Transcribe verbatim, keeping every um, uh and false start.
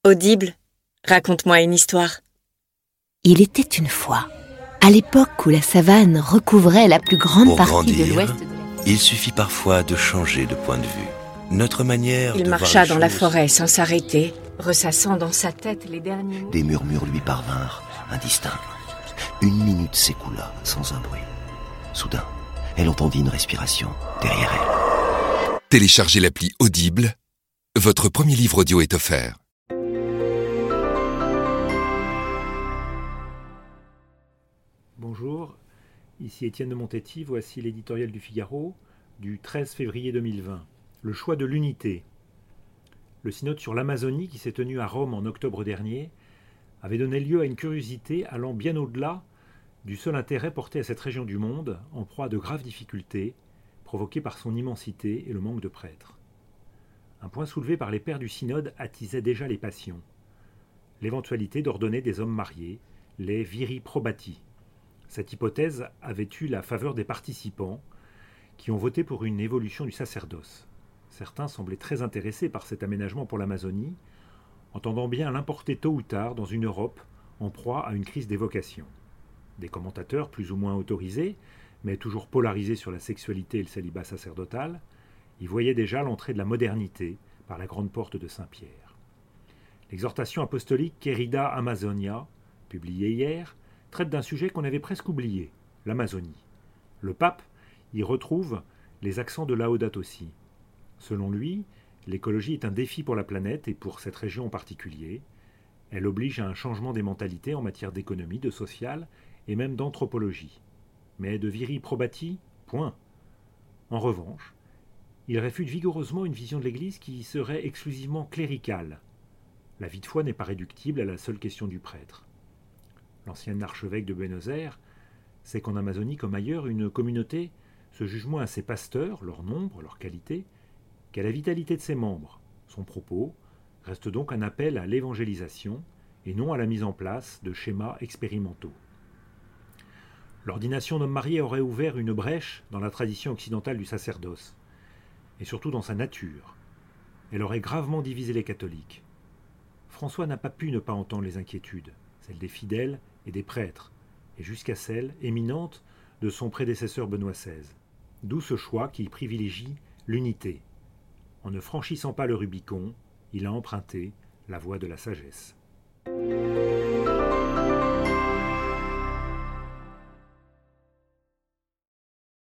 Audible, raconte-moi une histoire. Il était une fois, à l'époque où la savane recouvrait la plus grande Pour partie grandir, de l'ouest de la... il suffit parfois de changer de point de vue. Notre manière Il de marcha voir les dans la choses- forêt sans s'arrêter, ressassant dans sa tête les derniers mots. Des murmures lui parvinrent, indistincts. Une minute s'écoula sans un bruit. Soudain, elle entendit une respiration derrière elle. Téléchargez l'appli Audible. Votre premier livre audio est offert. Bonjour, ici Étienne de Montetti, voici l'éditorial du Figaro du treize février deux mille vingt. Le choix de l'unité. Le synode sur l'Amazonie qui s'est tenu à Rome en octobre dernier avait donné lieu à une curiosité allant bien au-delà du seul intérêt porté à cette région du monde, en proie à de graves difficultés, provoquées par son immensité et le manque de prêtres. Un point soulevé par les pères du synode attisait déjà les passions. L'éventualité d'ordonner des hommes mariés, les viri probati. Cette hypothèse avait eu la faveur des participants qui ont voté pour une évolution du sacerdoce. Certains semblaient très intéressés par cet aménagement pour l'Amazonie, entendant bien l'importer tôt ou tard dans une Europe en proie à une crise des vocations. Des commentateurs plus ou moins autorisés, mais toujours polarisés sur la sexualité et le célibat sacerdotal, y voyaient déjà l'entrée de la modernité par la grande porte de Saint-Pierre. L'exhortation apostolique Querida Amazonia, publiée hier, traite d'un sujet qu'on avait presque oublié, l'Amazonie. Le pape y retrouve les accents de Laudato Si. Selon lui, l'écologie est un défi pour la planète et pour cette région en particulier. Elle oblige à un changement des mentalités en matière d'économie, de social et même d'anthropologie. Mais de viri probati, point. En revanche, il réfute vigoureusement une vision de l'Église qui serait exclusivement cléricale. La vie de foi n'est pas réductible à la seule question du prêtre. L'ancien archevêque de Buenos Aires sait qu'en Amazonie comme ailleurs, une communauté se juge moins à ses pasteurs, leur nombre, leur qualité, qu'à la vitalité de ses membres. Son propos reste donc un appel à l'évangélisation et non à la mise en place de schémas expérimentaux. L'ordination d'homme marié aurait ouvert une brèche dans la tradition occidentale du sacerdoce, et surtout dans sa nature. Elle aurait gravement divisé les catholiques. François n'a pas pu ne pas entendre les inquiétudes, celles des fidèles et des prêtres, et jusqu'à celles, éminentes, de son prédécesseur Benoît seize. D'où ce choix qui privilégie l'unité. En ne franchissant pas le Rubicon, il a emprunté la voie de la sagesse.